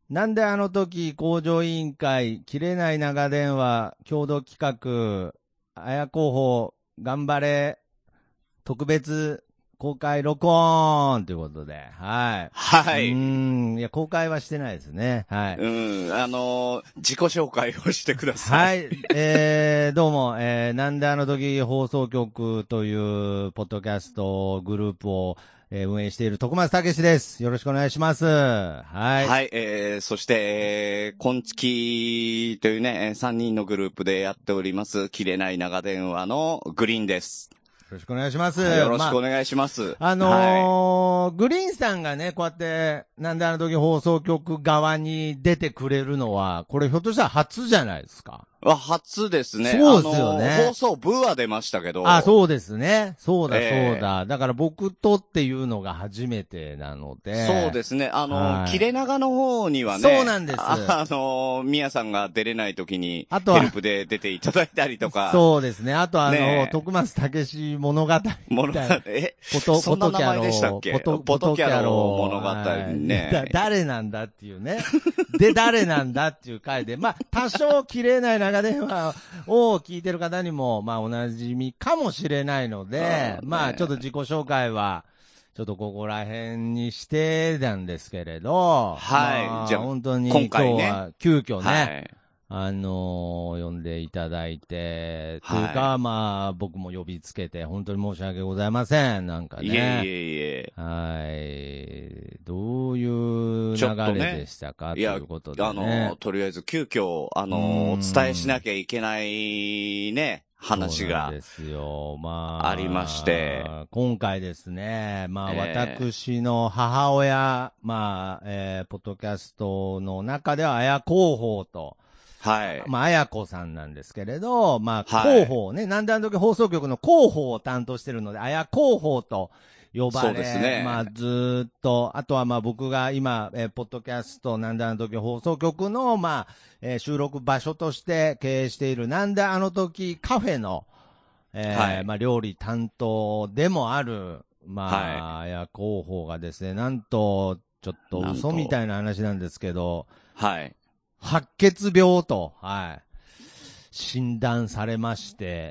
なんであの時、工場委員会、切れない長電話、共同企画、綾候補、頑張れ、特別公開録音ということで、はい。 はい。 いや、公開はしてないですね。はい。 自己紹介をしてください。 はい。どうも、なんであの時放送局というポッドキャストグループを、運営している徳松武史です。よろしくお願いします。はい。 はい、そして、今月というね、3人のグループでやっております、切れない長電話のグリーンです。 よろしくお願いします。 はい、よろしくお願いします。 グリーンさんがね、こうやって、なんであの時放送局側に出てくれるのは、これひょっとしたら初じゃないですか。 初ですね。 そうですよね。 放送部は出ましたけど。 そうですね。そうだ、そうだ。だから僕とっていうのが初めてなので。 そうですね。切れ長の方にはね。 そうなんです。 みやさんが出れない時に、ヘルプで出ていただいたりとか。 そうですね。あと徳松武史物語。 そんな名前でしたっけ？ポトキャロ物語ね。 誰なんだっていうね。で、誰なんだっていう回で、まあ、多少切れない長電話を聞いてる方にも、まあ、おなじみかもしれないので、まあ、ちょっと自己紹介は、ちょっとここら辺にしてたんですけれど、 はい。 まあ、じゃあ、本当に今日は急遽ね、 はい、 呼んでいただいて、というか、まあ、僕も呼びつけて、本当に申し訳ございません。なんかね。 いえ。 はい。どういう流れでしたか、ということでね。 とりあえず急遽、お伝えしなきゃいけないね、話が。 ですよ。まあ。 ありまして。 今回ですね、まあ、私の母親、まあ、ポッドキャストの中では、綾広報と、 はい。 まあ、綾子さんなんですけれど、まあ、広報ね、なんであの時放送局の広報を担当してるので、綾広報と呼ばれ、 そうですね。 まあ、ずっと、あとはまあ僕が今、ポッドキャスト、なんであの時放送局の、まあ、収録場所として経営している、なんであの時カフェの、まあ、料理担当でもある、まあ、綾広報がですね、なんと、ちょっと嘘みたいな話なんですけど、 はい。 白血病と、はい。診断されまして、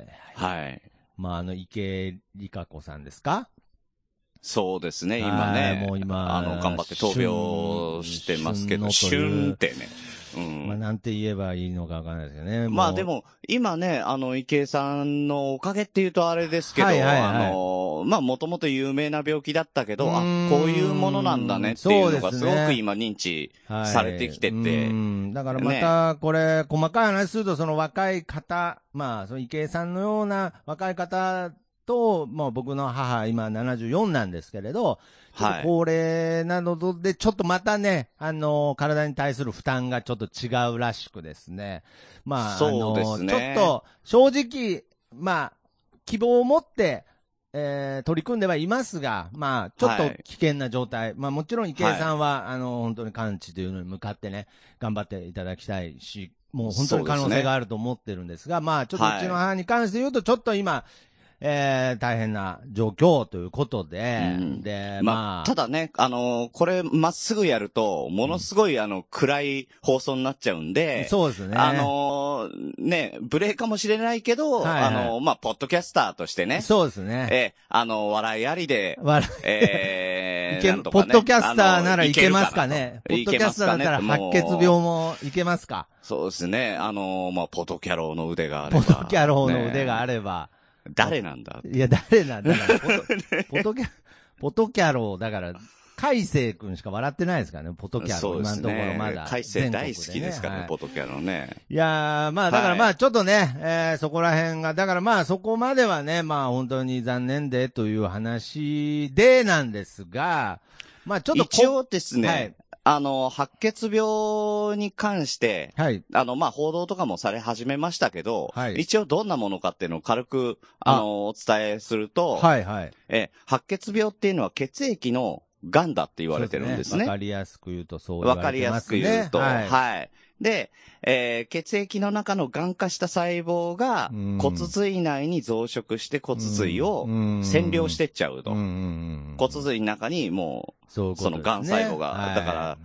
はい。 まあ、池里香子さんですか？ そうですね、今ね。 もう今、 頑張って闘病してますけど、旬ってね。 まあ、なんて言えばいいのかわかんないですけどね。 まあでも、今ね、池江さんのおかげって言うとあれですけど、まあもともと有名な病気だったけど、こういうものなんだねっていうのがすごく今認知されてきてて。 だからまた、これ、細かい話すると、その若い方、まあ、その池江さんのような若い方と、まあ僕の母、今74なんですけれど、ちょっと高齢なので、ちょっとまたね、体に対する負担がちょっと違うらしくですね。まあ、 そうですね、 ちょっと、正直、まあ、希望を持って、取り組んではいますが、まあ、ちょっと危険な状態。まあ、もちろん池江さんは、本当に完治というのに向かってね、頑張っていただきたいし、もう本当に可能性があると思ってるんですが、まあ、ちょっとうちの母に関して言うと、ちょっと今、大変な状況ということで、で、まあ。 ただね、これ、まっすぐやると、ものすごい、暗い放送になっちゃうんで、 そうですね。 ね、無礼かもしれないけど、まあ、ポッドキャスターとしてね。 そうですね。 笑いありで、 ポッドキャスターならいけますかね。ポッドキャスターだったら白血病もいけますか？ そうですね。まあ、ポトキャローの腕があれば。 ポトキャローの腕があれば。 誰なんだいや、誰なんだポトキャロー、だから、海星くんしか笑ってないですからね、ポトキャロー。今のところまだ。 海星大好きですからね、ポトキャローね。 いやー、まあ、だからまあ、ちょっとね、そこら辺が、だからまあ、そこまではね、まあ、本当に残念でという話でなんですが、まあ、ちょっと一応ですね、白血病に関して、まあ、報道とかもされ始めましたけど、一応どんなものかっていうのを軽く、お伝えすると、白血病っていうのは血液の癌だって言われてるんですね。 わかりやすく言うとそう言われてますね。 わかりやすく言うと、 はい。 はい。で、血液の中の癌化した細胞が骨髄内に増殖して骨髄を占領してっちゃうと。骨髄の中にもう、その癌細胞が、はい、だから、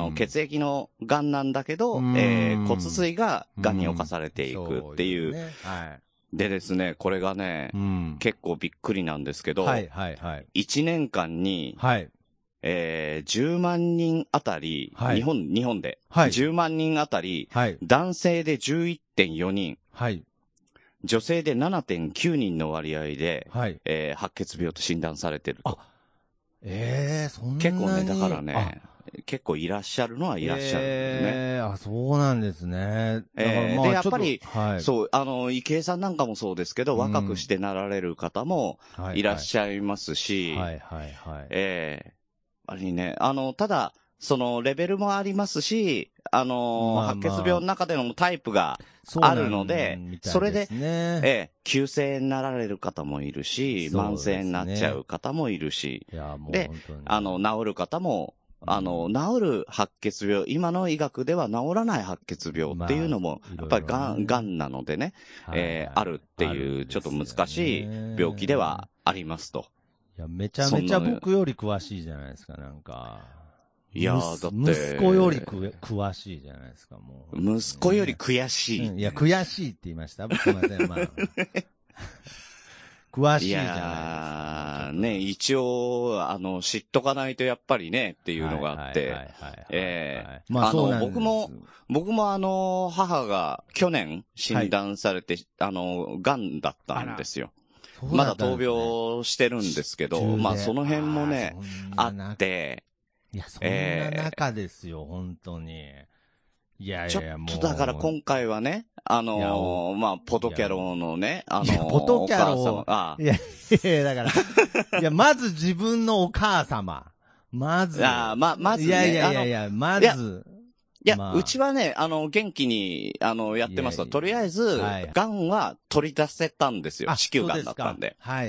血液の癌なんだけど、骨髄が癌に侵されていくっていう。ね、はい。でですね、これがね、結構びっくりなんですけど、はいはいはい、1年間に、はい、10万人あたり、はい、日本で、はい、10万人あたり、はい、男性で 11.4 人、はい、女性で 7.9 人の割合で、はい、白血病と診断されてると。 そんなに結構ね、だからね、結構いらっしゃるのはいらっしゃるんですね。 そうなんですね。 で、やっぱり、はい、そう、池江さんなんかもそうですけど、若くしてなられる方もいらっしゃいますし、はいはいはい。あれにね、ただ、そのレベルもありますし、白血病の中でのタイプがあるので、それで、急性になられる方もいるし、慢性になっちゃう方もいるし、で、治る方も、治る白血病、今の医学では治らない白血病っていうのも、やっぱり癌なのでね、あるっていう、ちょっと難しい病気ではありますと。 いや、めちゃめちゃ僕より詳しいじゃないですか、なんか。 いやー、だって。 息子より詳しいじゃないですか、もう。息子より悔しい。 いや、悔しいって言いました。すいません、まあ。詳しいじゃないですか。いやー、ね、一応、知っとかないとやっぱりね、っていうのがあって。まあ、そうなんです。僕も母が去年診断されて、癌だったんですよ。まだ闘病してるんですけど、まあその辺もね、あって、 いや、そんな中ですよ、本当に。いやいや、 もう。ちょっとだから今回はね、まあ、ポトキャロのね、 ポトキャロいや、だから、いや、まず自分のお母様。まず。 まずね。いや、まず。 いや、うちはね、元気に、やってますと。とりあえず、癌は取り出せたんですよ。子宮癌だったんで。 はい。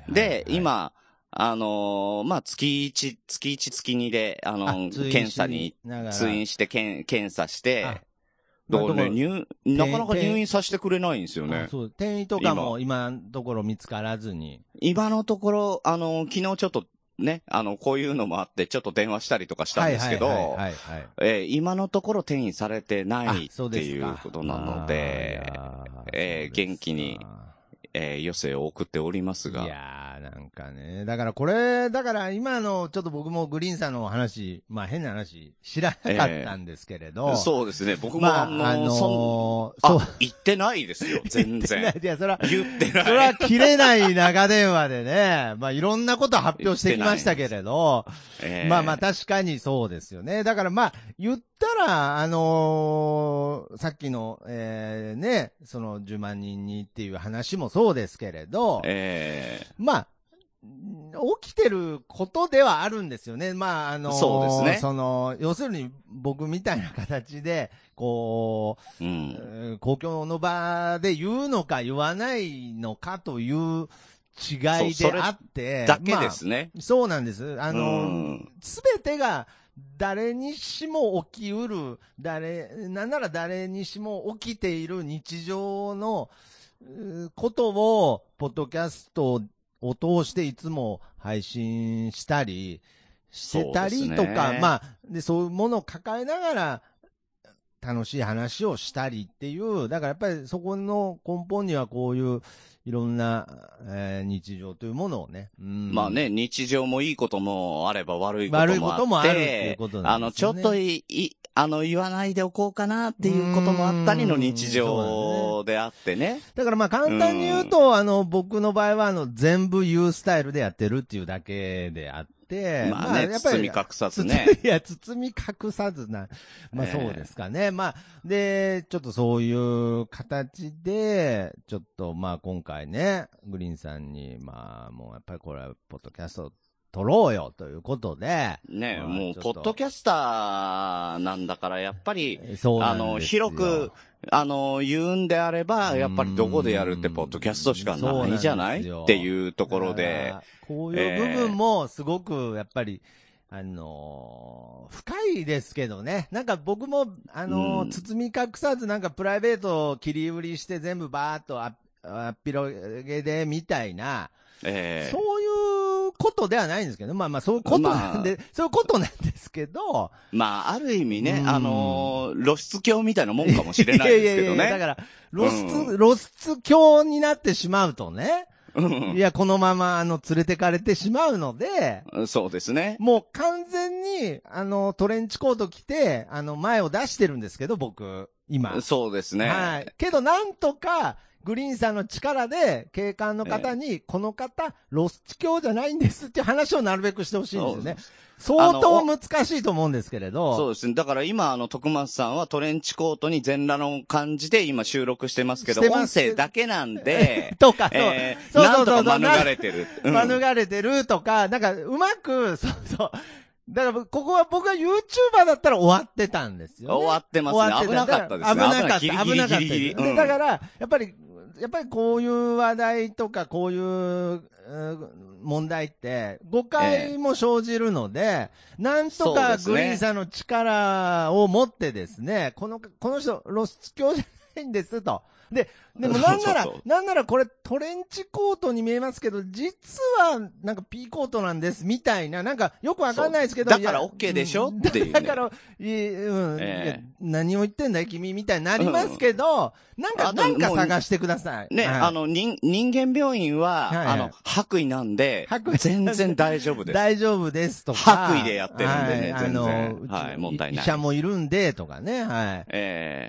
で、今、まあ、月1、月2で、検査に、通院して、検査して、だからね、なかなか入院させてくれないんですよね。 そう、転移とかも今のところ見つからずに。 今のところ、昨日ちょっと、ね、こういうのもあって、ちょっと電話したりとかしたんですけど、今のところ転移されてないっていうことなので、元気に、余生を送っておりますが。 いやー、なんかね。だから今の、ちょっと僕もグリーンさんの話、まあ変な話、知らなかったんですけれど。 そうですね。僕も言ってないですよ、全然。 言ってない。いや、 言ってない。 それは切れない長電話でね、まあいろんなこと発表してきましたけれど、まあ確かにそうですよね。だからまあ、言ったら、さっきの、ね、その10万人にっていう話もそうですけれど、まあ、起きてることではあるんですよね。まあ、 そうですね。 要するに僕みたいな形で、こう、公共の場で言うのか言わないのかという違いであって、 だけですね。 まあ、そうなんです。すべてが、誰にしも起きうる、なんなら誰にしも起きている日常のことを、ポッドキャストを通していつも配信したりしてたりとか、まあ、そういうものを抱えながら、楽しい話をしたりっていう、だからやっぱりそこの根本にはこういういろんな、日常というものをね、 まあね、日常もいいこともあれば悪いこともあって、 悪いこともあるっていうことなんですね。 ちょっと言わないでおこうかなっていうこともあったりの日常であってね。 だからまあ簡単に言うと、僕の場合は全部言うスタイルでやってるっていうだけであって、 まあね、やっぱり包み隠さずね。 いや、包み隠さずな。まあそうですかね。まあ、で、ちょっとそういう形で、ちょっとまあ今回ね、グリーンさんに、まあもうやっぱりこれは、ポッドキャスト撮ろうよということで。 ね、もう、ポッドキャスターなんだから、やっぱり、広く、言うんであれば、やっぱりどこでやるってポッドキャストしかないじゃないっていうところで。 こういう部分もすごく、やっぱり、深いですけどね。なんか僕も、包み隠さずなんかプライベートを切り売りして全部バーっとあっぴろげでみたいな、そういうことではないんですけど、まあそういうことなんで、そういうことなんですけど。 まあある意味ね、露出狂みたいなもんかもしれないですけどね。 だから、露出狂になってしまうとね。いや、このまま、連れてかれてしまうので、 そうですね。 もう完全に、トレンチコート着て、前を出してるんですけど、僕、今。 そうですね。 はい。けど、なんとか、グリーンさんの力で、警官の方に、この方、露出狂じゃないんですっていう話をなるべくしてほしいんですよね。相当難しいと思うんですけれど。 そうですね。だから今、徳松さんはトレンチコートに全裸の感じで今収録してますけど、音声だけなんで、 とか、 そう。なんとか免れてる。 免れてるとか、なんか、うまく、そう。だから、ここは僕が YouTuber だったら終わってたんですよ、ね。 終わってますね。危なかったですね。 危なかったです。だから、やっぱりこういう話題とか、こういう問題って、誤解も生じるので、なんとかグリーンさんの力を持ってですね、この人、露出狂じゃないんですと。でもなんならこれトレンチコートに見えますけど、実はなんかピーコートなんですみたいな、なんかよくわかんないですけど。 だから OK でしょっていう、ね。 だから、何を言ってんだい君みたいになりますけど、なんか探してください。 ね、人間病院は、白衣なんで、全然大丈夫です。 大丈夫ですとか。 白衣でやってるんでね、全然。はい、問題ない。 医者もいるんで、とかね、はい。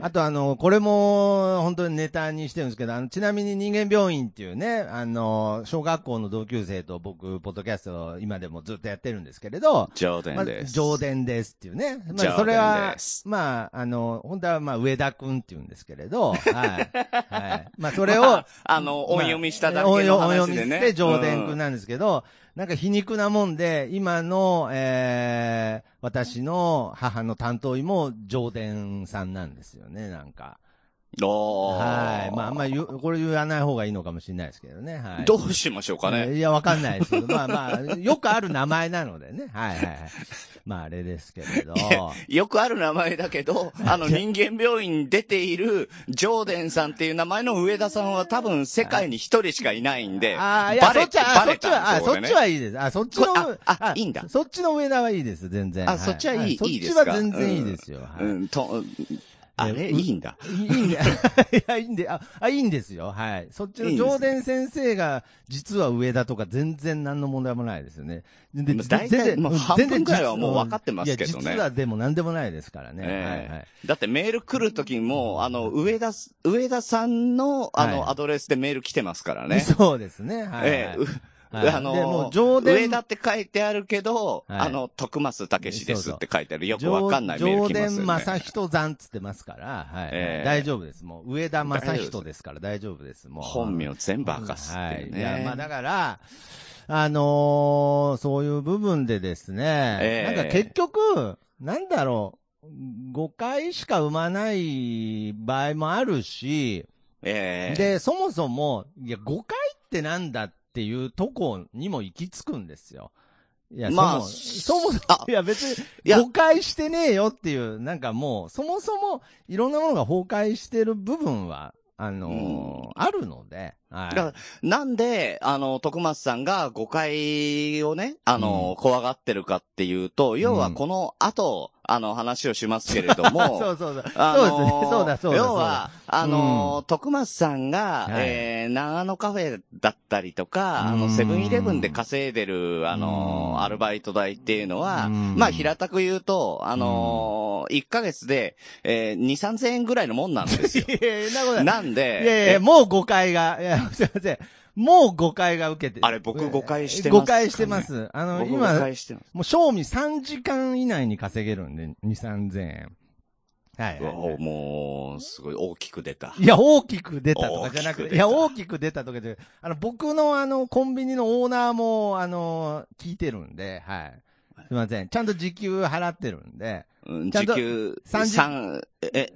あとこれも、本当にネタにしてるんですけど、ちなみに人間病院っていうね、小学校の同級生と僕、ポッドキャストを今でもずっとやってるんですけれど、 上田です。 上田ですっていうね。まあ、それは、まあ、本当はまあ、上田くんっていうんですけれど、はい。はい。まあ、それを、 音読みしただけの話でね。 音読みして上田くんなんですけど、なんか皮肉なもんで、今の、私の母の担当医も上田さんなんですよね、なんか。はい。まあ、これ言わない方がいいのかもしれないですけどね。はい。 どうしましょうかね。 いや、わかんないですけど、まあ、よくある名前なのでね。はい。まあ、あれですけれど。 よくある名前だけど、人間病院に出ている、上田さんっていう名前の上田さんは多分世界に一人しかいないんで、 そっちはいいです。そっちの、 いいんだ。 そっちの上田はいいです、全然。 そっちはいい、 いいですか。そっちは全然いいですよ。 あれいいんだ。 いいんだ。いや、いいんで、いいんですよ。はい。そっちの上田先生が、実は上田とか全然何の問題もないですよね。 大体、もう半分くらいはもう分かってますけどね。 実はでも何でもないですからね。はい。 だってメール来るときも、上田さんの、アドレスでメール来てますからね。 そうですね。はい。 上田って書いてあるけど、徳増武史ですって書いてある。よくわかんないメール来ますよね。 上田正人山つってますから、はい。大丈夫です。もう、上田正人ですから大丈夫です。もう。 本名全部明かすっていうね。 はい。いや、まあだから、そういう部分でですね、なんか結局、なんだろう、誤解しか生まない場合もあるし、で、そもそも、いや、誤解ってなんだっていうとこにも行き着くんですよ。いや、 まあ、 いや別に、誤解してねえよっていう、なんかもう、そもそもいろんなものが崩壊してる部分は、あるので、はい。 だからなんで、徳松さんが誤解をね、怖がってるかっていうと、要はこの後、話をしますけれども、 そうですね。そうだ。 要は、徳松さんが、長野カフェだったりとか、セブンイレブンで稼いでる、アルバイト代っていうのは、まあ、平たく言うと、1ヶ月で、2、3000円ぐらいのもんなんですよ。なんで、 いや、もう誤解が、いや、すいません。もう誤解が受けてる。 あれ、僕誤解してます、 誤解してます。今、もう賞味3時間以内に稼げるんで、2、3000円。 はいはいはい、 もう、すごい大きく出た。 いや、大きく出たとかじゃなくて、いや、大きく出たとかじゃ、僕のコンビニのオーナーも、聞いてるんで、はい。すいません。ちゃんと時給払ってるんで。 時給3円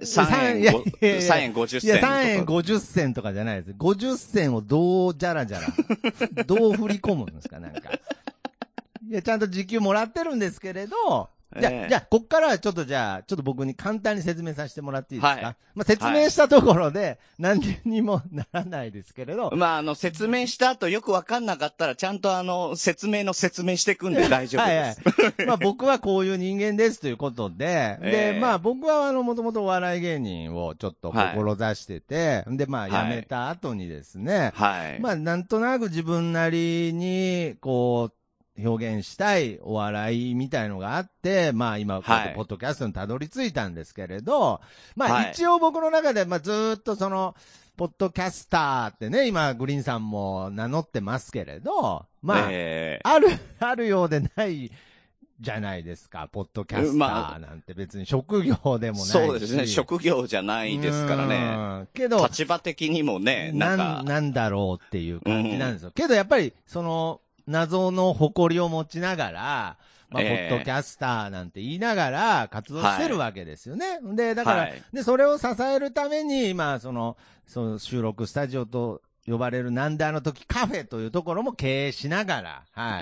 50銭。 いや、3円50銭とかじゃないです。50銭をどうじゃらじゃら、どう振り込むんですか、なんか。いや、ちゃんと時給もらってるんですけれど、じゃあ、こっからはちょっと僕に簡単に説明させてもらっていいですか？はい、まあ、説明したところで、何にもならないですけれど。 まあ、説明した後よくわかんなかったら、ちゃんと説明していくんで大丈夫です。 はいはい。まあ、僕はこういう人間ですということで、で、まあ、僕はもともとお笑い芸人をちょっと志してて、で、まあ、辞めた後にですね、はい。まあ、なんとなく自分なりに、こう、表現したいお笑いみたいのがあって、まあ今、ポッドキャストにたどり着いたんですけれど、まあ一応僕の中で、まあずーっとポッドキャスターってね、今グリーンさんも名乗ってますけれど、まあ、あるようでないじゃないですか、ポッドキャスターなんて別に職業でもないし。 そうですね、職業じゃないですからね。けど、立場的にもね、 なんだろうっていう感じなんですよ。けどやっぱり、謎の誇りを持ちながら、まあ、ポッドキャスターなんて言いながら活動してるわけですよね。で、だから、で、それを支えるために、まあ、その収録スタジオと呼ばれるなんであの時カフェというところも経営しながら、はい。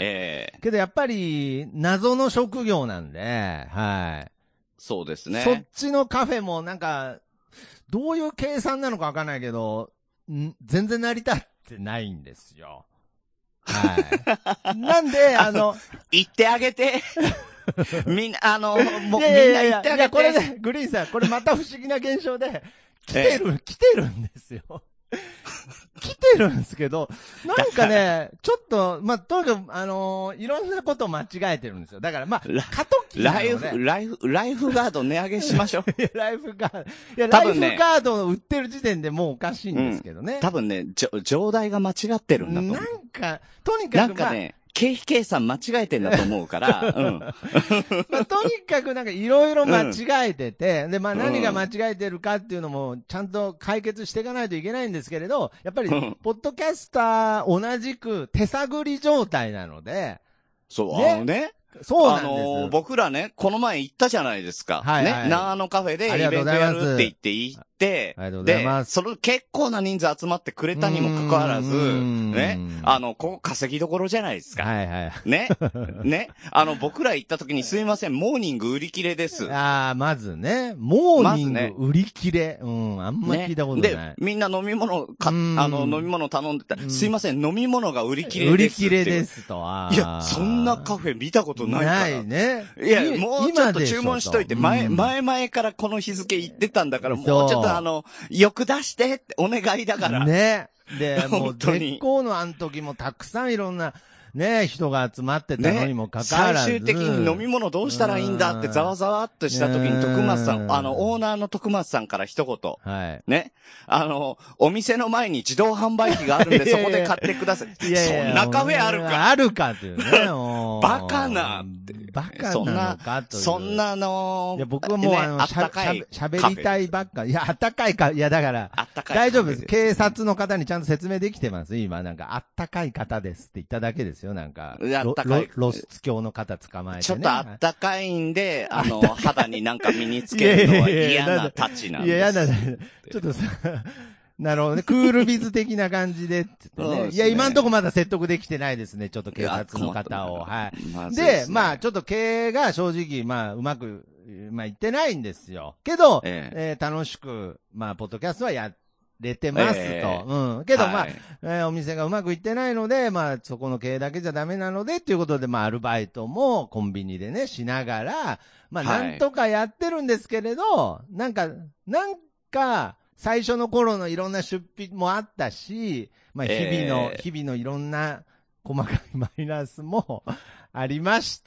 けどやっぱり、謎の職業なんで、はい。 そうですね。 そっちのカフェもなんか、どういう計算なのかわかんないけど、全然成り立ってないんですよ。はい。なんで、 言ってあげて。みんな、もう、みんな言ってあげて。いや、 これね、グリーンさん、これまた不思議な現象で、来てるんですよ。来てるんですけど、なんかね、ちょっと、まあ、とにかく、いろんなことを間違えてるんですよ。だから、まあ、過渡期なので。 ライフガード値上げしましょう。 いや、ライフガードを売ってる時点でもうおかしいんですけどね。 多分ね、状態が間違ってるんだと思う。 なんか、とにかく、 なんかね、経費計算間違えてんだと思うから、 まあ、とにかくなんかいろいろ間違えてて、で、まあ何が間違えてるかっていうのもちゃんと解決していかないといけないんですけれど、やっぱり、ポッドキャスター同じく手探り状態なので、 そう、 そうなんです。 僕らね、この前行ったじゃないですか。はい、はい。ね、長野カフェでイベントやるって言って行って、 ありがとうございます。 で、結構な人数集まってくれたにもかかわらず、ね、ここ稼ぎどころじゃないですか。 はいはい。 ね、ね、僕ら行った時にすいません、モーニング売り切れです。 まずね、モーニング売り切れ。あんま聞いたことない。 で、みんな飲み物頼んでたら、すいません、飲み物が売り切れです。売り切れですと。 いや、そんなカフェ見たことないから。 ないね。 いや、もうちょっと注文しといて、前からこの日付言ってたんだから、もうちょっとよく出してってお願いだから。 ね。で、もう絶好のあの時もたくさんいろんな、ね、人が集まってたのにもかかわらず、 最終的に飲み物どうしたらいいんだってざわざわっとした時に徳松さん、オーナーの徳松さんから一言。はい。ね。お店の前に自動販売機があるんでそこで買ってください。いやいやそんなカフェあるか。 あるかっていうね。 バカなって。 バカなのかという。 そんないや、僕はもう喋りたいばっか。いや、あったかいか、いや、だから、大丈夫です。警察の方にちゃんと説明できてます。今、なんか、あったかい方ですって言っただけですよ、なんか。ロス教の方捕まえてね。 ちょっとあったかいんで、肌になんか身につけるのは嫌なタチなんです。 いや、嫌だね。ちょっとさ、なるほどね。クールビズ的な感じでって言ってね。いや、今んとこまだ説得できてないですね。ちょっと警察の方を。はい。で、まあ、ちょっと経営が正直、まあ、うまく、まあ、いってないんですよ。けど、楽しく、まあ、ポッドキャストはやれてますと。けど、まあ、お店がうまくいってないので、まあ、そこの経営だけじゃダメなので、ということで、まあ、アルバイトもコンビニでね、しながら、まあ、なんとかやってるんですけれど、なんか、最初の頃のいろんな出費もあったし、まあ日々のいろんな細かいマイナスもありまして、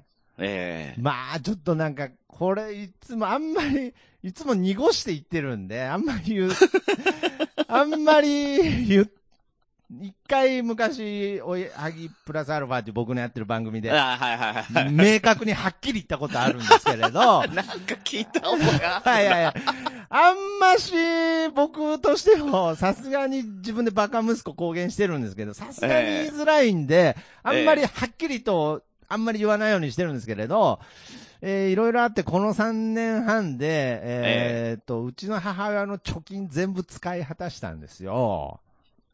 まあちょっとなんか、これいつも濁して言ってるんで、あんまり一回昔、おはぎプラスアルファっていう僕のやってる番組で、 はいはいはい。 明確にはっきり言ったことあるんですけれど、 なんか聞いた覚えが。 はいはいはい。あんまし、僕としても、さすがに自分でバカ息子公言してるんですけど、さすがに言いづらいんで、あんまりはっきりと、あんまり言わないようにしてるんですけれど、いろいろあって、この3年半で、うちの母親の貯金全部使い果たしたんですよ。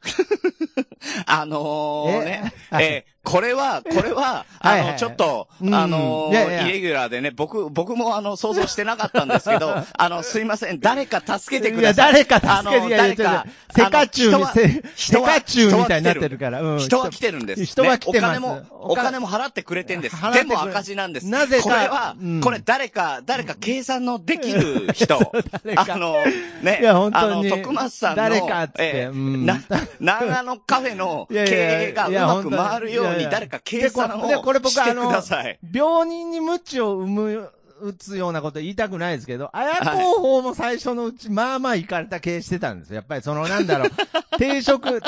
これは、 はいはい、 ちょっと、イレギュラーでね、僕も想像してなかったんですけど、すいません、誰か助けてください。 いや、誰か助けて、誰か、セカチュウみたいになってるから。 人は来てるんです。 人は来てます。 お金も払ってくれてんです。でも赤字なんです。 なぜか。 これは、これ誰か計算のできる人。 いや、本当に。 徳松さんの、 誰かって、 長野カフェの経営がうまく回るように誰か計算をしてください。 病人に鞭を打つようなこと言いたくないですけど、綾候補も最初のうち、まあまあ行かれた経営してたんですよ。やっぱりなんだろう、定食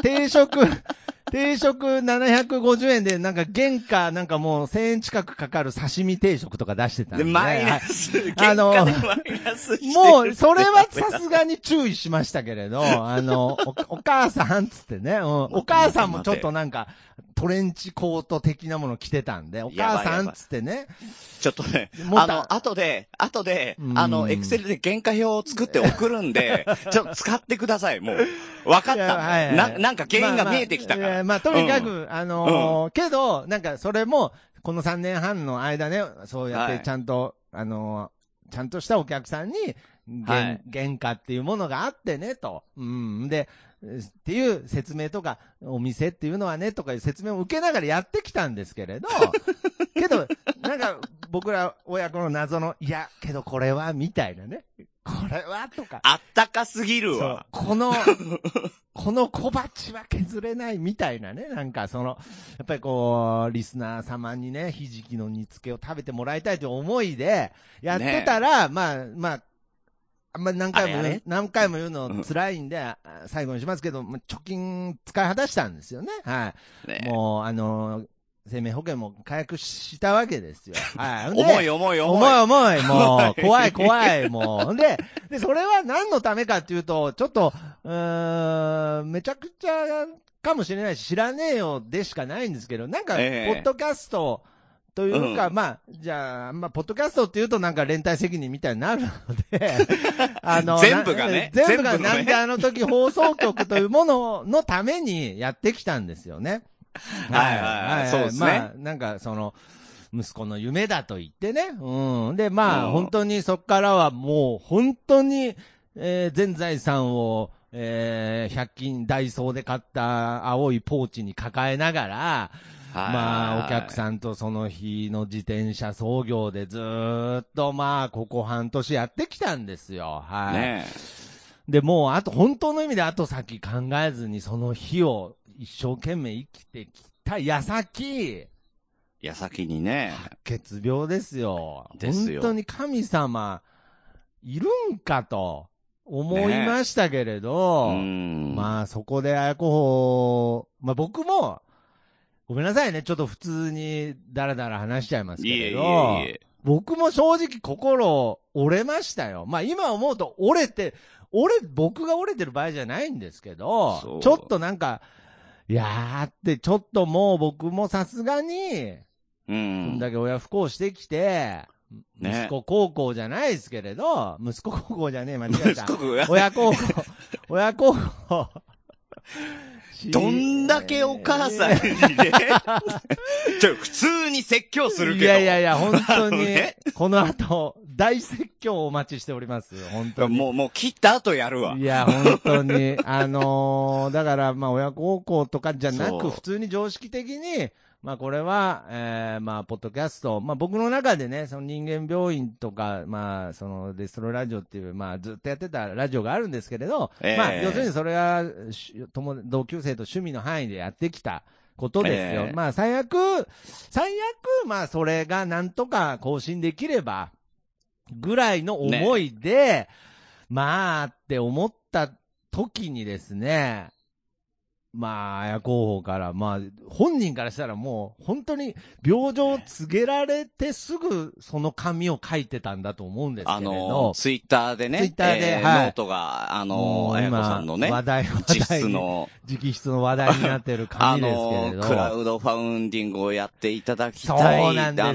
750円で、なんか原価、なんかもう1000円近くかかる刺身定食とか出してたんで。 マイナス、原価でマイナスもう、それはさすがに注意しましたけれど、お母さんつってね、お母さんもちょっとなんか、トレンチコート的なもの着てたんで、お母さんつってね。 ちょっとね、後で、エクセルで原価表を作って送るんで、ちょっと使ってください、もう。わかった。なんか原因が見えてきたから。 まあ、とにかく、けど、なんかそれも、この3年半の間ね、そうやってちゃんと、ちゃんとしたお客さんに、原価っていうものがあってね、と。で、っていう説明とか、お店っていうのはね、とかいう説明を受けながらやってきたんですけれど、けど、なんか、僕ら親子の謎の、いや、けどこれは、みたいなね。これは、とか。 あったかすぎるわ。 この小鉢は削れないみたいなね。なんかやっぱりリスナー様にね、ひじきの煮付けを食べてもらいたいという思いで、やってたら、まあ、あんまり何回も言うの辛いんで、最後にしますけど、貯金使い果たしたんですよね。はい。もう、生命保険も解約したわけですよ。はい。 重い。 もう、怖い、もう。で、それは何のためかっていうと、ちょっと、めちゃくちゃかもしれないし、知らねえよでしかないんですけど、なんか、ポッドキャスト、というか、まあ、じゃあ、ポッドキャストっていうとなんか連帯責任みたいになるので、 全部がね。 全部がなんで時放送局というもののためにやってきたんですよね。 はい、そうですね。 まあ、なんか息子の夢だと言ってね。で、まあ、本当にそっからはもう、本当に、全財産を、100均ダイソーで買った青いポーチに抱えながら、まあ、お客さんとその日の自転車操業でずーっとまあ、ここ半年やってきたんですよ。はい。ね、で、もう、本当の意味で後先考えずにその日を一生懸命生きてきた矢先にね。 白血病ですよ。本当に神様、いるんかと思いましたけれど、まあ、そこで綾子法、まあ僕も、ごめんなさいね。ちょっと普通にダラダラ話しちゃいますけれど、僕も正直心折れましたよ。まあ今思うと僕が折れてる場合じゃないんですけど、ちょっとなんか、いやーってちょっともう僕もさすがに、こんだけ親不孝してきて、息子孝行じゃないですけれど、息子孝行じゃねえ、間違えた。親孝行。 どんだけお母さんにね、普通に説教するけど。 いや、本当に、この後、大説教をお待ちしております。本当に。 もう切った後やるわ。 いや、本当に。だから、まあ、親孝行とかじゃなく、普通に常識的に、まあこれは、まあ、ポッドキャスト、まあ僕の中でね、その人間病院とか、まあ、デストロラジオっていう、まあずっとやってたラジオがあるんですけれど、まあ、要するにそれは、同級生と趣味の範囲でやってきたことですよ。まあ最悪、まあそれがなんとか更新できれば、ぐらいの思いで、まあって思った時にですね、 まあ、綾候補から、まあ、本人からしたらもう、本当に、病状を告げられてすぐ、その紙を書いてたんだと思うんですけれど。 ツイッターでね、 ツイッターで、 はい、ノートが、綾子さんのね、直筆の話題になってる紙ですけれど。 クラウドファウンディングをやっていただきたい。 そうなんです。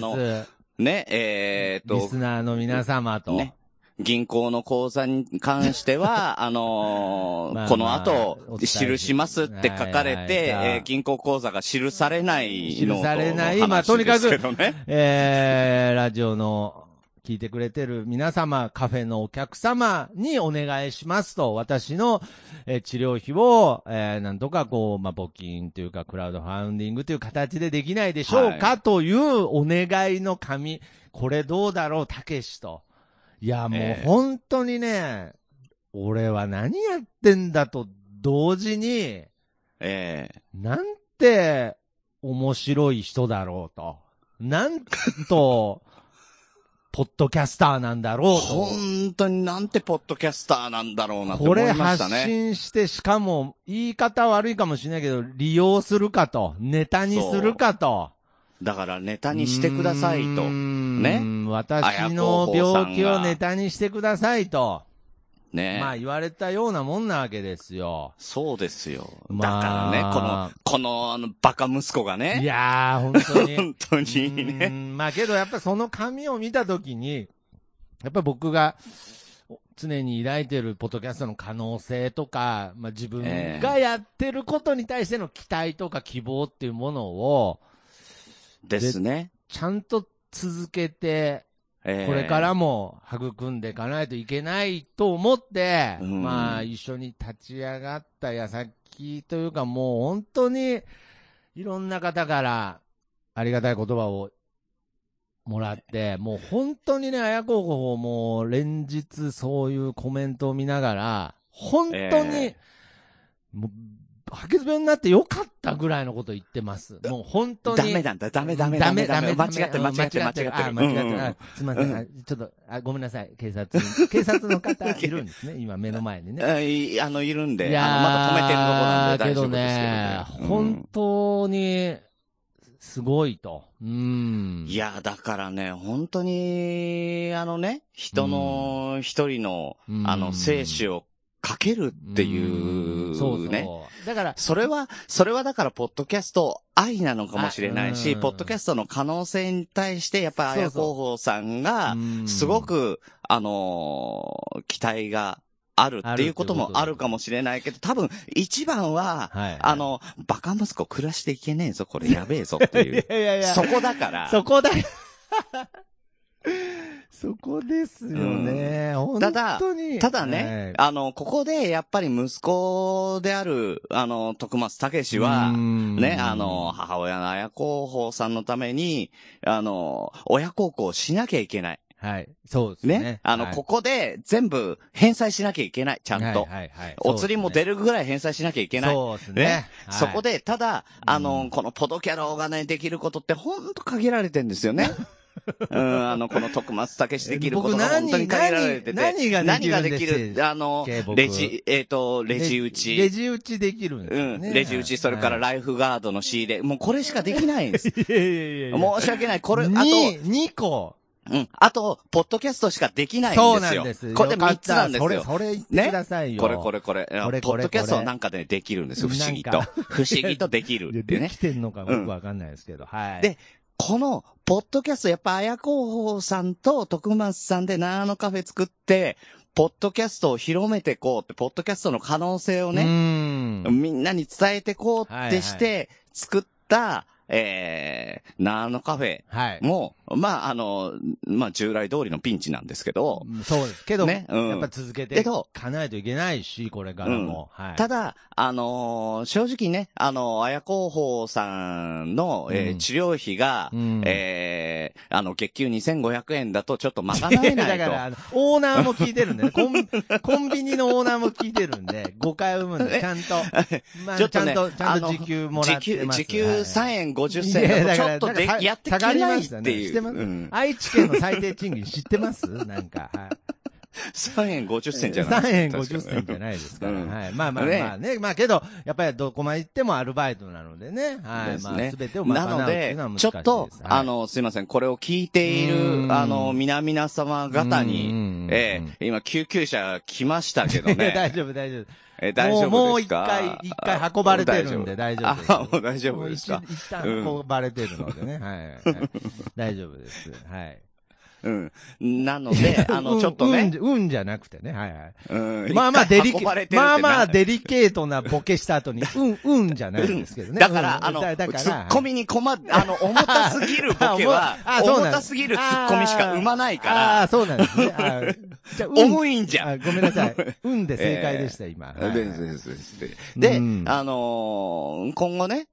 ね、 リスナーの皆様と。 ね。銀行の口座に関しては、この後、記しますって書かれて、銀行口座が記されないのと、 記されない、まあ、とにかく、ラジオの聞いてくれてる皆様、カフェのお客様にお願いしますと、私の、治療費を、なんとかこう、まあ、募金というか、クラウドファウンディングという形でできないでしょうか、というお願いの紙、これどうだろう、たけしと。いや、もう本当にね、俺は何やってんだと同時に、なんて面白い人だろうと。なんと、ポッドキャスターなんだろうと。 本当になんてポッドキャスターなんだろうなって思いましたね。 これ発信して、しかも言い方悪いかもしれないけど、利用するかと。ネタにするかと。 だからネタにしてくださいと。ね。 私の病気をネタにしてくださいと。 ね。 まあ言われたようなもんなわけですよ。 そうですよ。だからね、このバカ息子がね。 いやー、本当に。 本当にね。 まあけどやっぱその紙を見たときに、やっぱ僕が常に抱いてるポッドキャストの可能性とか、まあ自分がやってることに対しての期待とか希望っていうものを、 ですね。 ちゃんと続けて、これからも育んでいかないといけないと思って、まあ一緒に立ち上がった矢先というかもう本当にいろんな方からありがたい言葉をもらって、もう本当にね、綾候補も連日そういうコメントを見ながら、本当に、もう白血病になってよかったぐらいのこと言ってます。もう本当に。 ダメなんだ、ダメ。間違ってる。 すみません。ちょっと、ごめんなさい。警察の方いるんですね。今目の前にね。 いるんで、まだ止めてるとこなんで大丈夫ですけどね。 本当に、すごいと。 いや、だからね、本当に、人の一人の、生死をかけるっていうね。 そう。だから、 それはだから、ポッドキャスト愛なのかもしれないし、ポッドキャストの可能性に対して、やっぱり綾候補さんが、すごく、期待があるっていうこともあるかもしれないけど、多分、一番は、バカ息子暮らしていけねえぞ、これやべえぞっていう。 いやそこだから。 そこですよね。本当に。 ただね、ここでやっぱり息子である、徳松武史は、ね、母親の綾候補さんのために、親孝行しなきゃいけない。 はい。そうですね。 ね。ここで全部返済しなきゃいけない。ちゃんと。お釣りも出るぐらい返済しなきゃいけない。 そうですね。 そこで、ただ、このポドキャロがね、できることってほんと限られてんですよね。この徳松武史できることが本当に限られてて。 何ができるレジ打ち。 レジ打ちできるんですね。 レジ打ち、それからライフガードの仕入れ。もうこれしかできないんです。申し訳ない。これ、あと、 2個。 あと、ポッドキャストしかできないんですよ。そうなんです。 これで3つなんですよ。 それ言ってくださいよ。 これ。ポッドキャストなんかでできるんですよ、不思議と。不思議とできるってね。 できてんのかよくわかんないですけど。はい。 で、この、ポッドキャスト、やっぱ、綾候補さんと徳松さんで長野カフェ作って、ポッドキャストを広めていこうって、ポッドキャストの可能性をね、みんなに伝えていこうってして、作った、長野カフェも、まあ、従来通りのピンチなんですけど。 そうですけど、ね、やっぱ続けていかないといけないし、これからも。 ただ、正直ね、綾候補さんの、治療費が、月給2500円だとちょっと賄えないと。 だから、オーナーも聞いてるんでね。コンビニのオーナーも聞いてるんで、誤解を生むんで、ちゃんと、まあ、ちゃんと時給もらってます。 時給3円50銭だとちょっとやってきてないっていう。 知ってます、愛知県の最低賃金知ってますなんか、 3円50銭じゃない 3円50銭じゃないですから。はい。まあまあまあね。まあけど、やっぱりどこまで行ってもアルバイトなのでね。はい。まあ全てを賄うっていうのは難しいです。 なので、ちょっと、すいません。これを聞いている、皆様方に、今救急車来ましたけどね。 大丈夫、大丈夫。 大丈夫ですか？ もう一回運ばれてるんで大丈夫です。 もう大丈夫ですか？ 一旦運ばれてるのでね。はい。大丈夫です。はい。 うん。なので、ちょっとね。 運じゃなくてね。はいはい。まあまあデリケートなボケした後に、運じゃないんですけどね。 だから、ツッコミに重たすぎるボケは、重たすぎるツッコミしか生まないから。 ああ、そうなんですね。 じゃ重いんじゃん。 ごめんなさい。運で正解でした、今。 で、今後ね、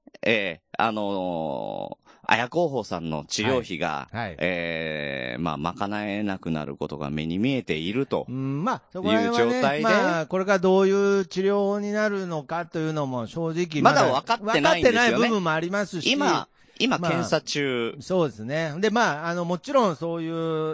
綾候補さんの治療費が、まあ、賄えなくなることが目に見えていると。 まあ、そこいう状態で。まあ、これからどういう治療になるのかというのも正直まだ分かってないんですよね。 分かってない部分もありますし。 今、検査中。 そうですね。で、まあ、もちろんそういう、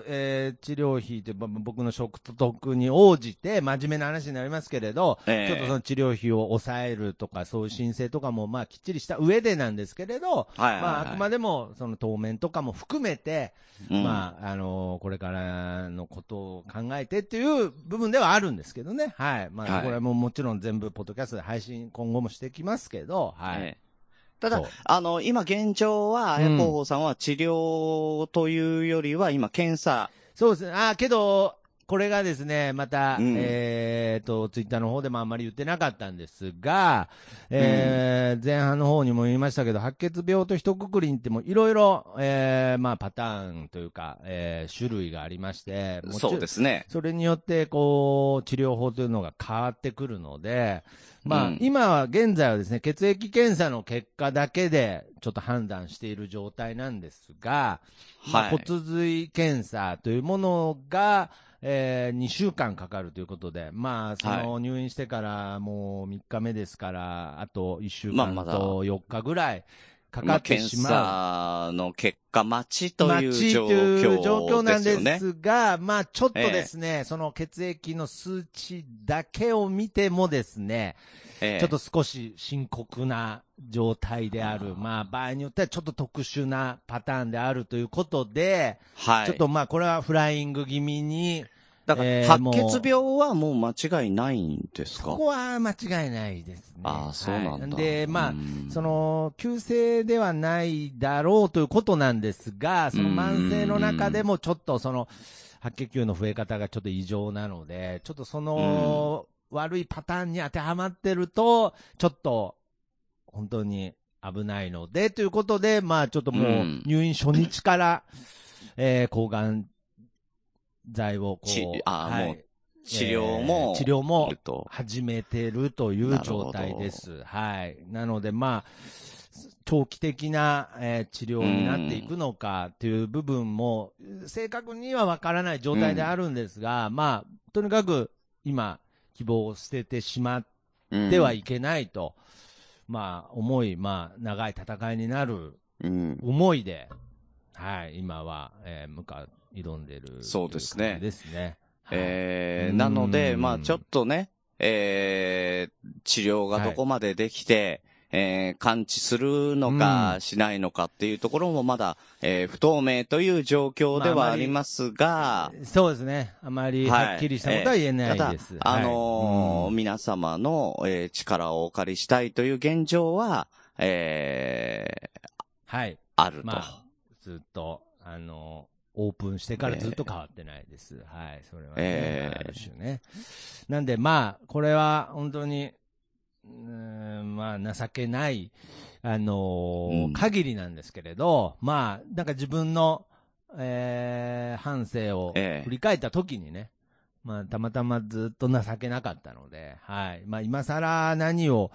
治療費って僕の所得に応じて真面目な話になりますけれど、ちょっとその治療費を抑えるとか、そういう申請とかもまあきっちりした上でなんですけれど、まあ、あくまでもその当面とかも含めて、まあ、これからのことを考えてっていう部分ではあるんですけどね。はい。まあ、これももちろん全部ポッドキャストで配信今後もしてきますけど、はい。 ただ、今現状は、綾候補さんは治療というよりは、今検査。 そうですね。けど、これがですね、また、ツイッターの方でもあんまり言ってなかったんですが、前半の方にも言いましたけど、白血病と一括りにってもいろいろ、まあパターンというか、種類がありまして、 そうですね。 それによって、こう、治療法というのが変わってくるので、まあ、今は、現在はですね、血液検査の結果だけで、ちょっと判断している状態なんですが、まあ、骨髄検査というものが、2週間かかるということで、まあ、その入院してからもう3日目ですから、あと1週間と4日ぐらいかかってしまう。 検査の結果待ちという状況なんですが、まあ、ちょっとですね、その血液の数値だけを見てもですね、ちょっと少し深刻な状態である。まあ、場合によってはちょっと特殊なパターンであるということで、ちょっとまあ、これはフライング気味に、 だから、白血病はもう間違いないんですか？ そこは間違いないですね。 ああ、そうなんだ。 で、まあ、その、急性ではないだろうということなんですが、その慢性の中でもちょっとその、白血球の増え方がちょっと異常なので、ちょっとその、悪いパターンに当てはまってると、ちょっと、本当に危ないので、ということで、まあちょっともう、入院初日から、抗がん剤をこう、 もう治療も始めてるという状態です。はい。なので、まあ、長期的な、治療になっていくのかっていう部分も、正確にはわからない状態であるんですが、まあ、とにかく今、希望を捨ててしまってはいけないと、まあ、まあ、長い戦いになる思いで、はい、今は、挑んでる。 そうですね。 ですね。 なので、まあちょっとね、治療がどこまでできて、完治するのかしないのかっていうところもまだ、不透明という状況ではありますが、 そうですね。あまりはっきりしたことは言えないです。 ただ、皆様の、力をお借りしたいという現状は、はい。あると。 まあ、ずっと、オープンしてからずっと変わってないです。はい。それはね、ある種ね。なんで、まあ、これは本当に、まあ、情けない、限りなんですけれど、まあ、なんか自分の、反省を振り返った時にね、まあ、たまたまずっと情けなかったので、はい。まあ、今更何を、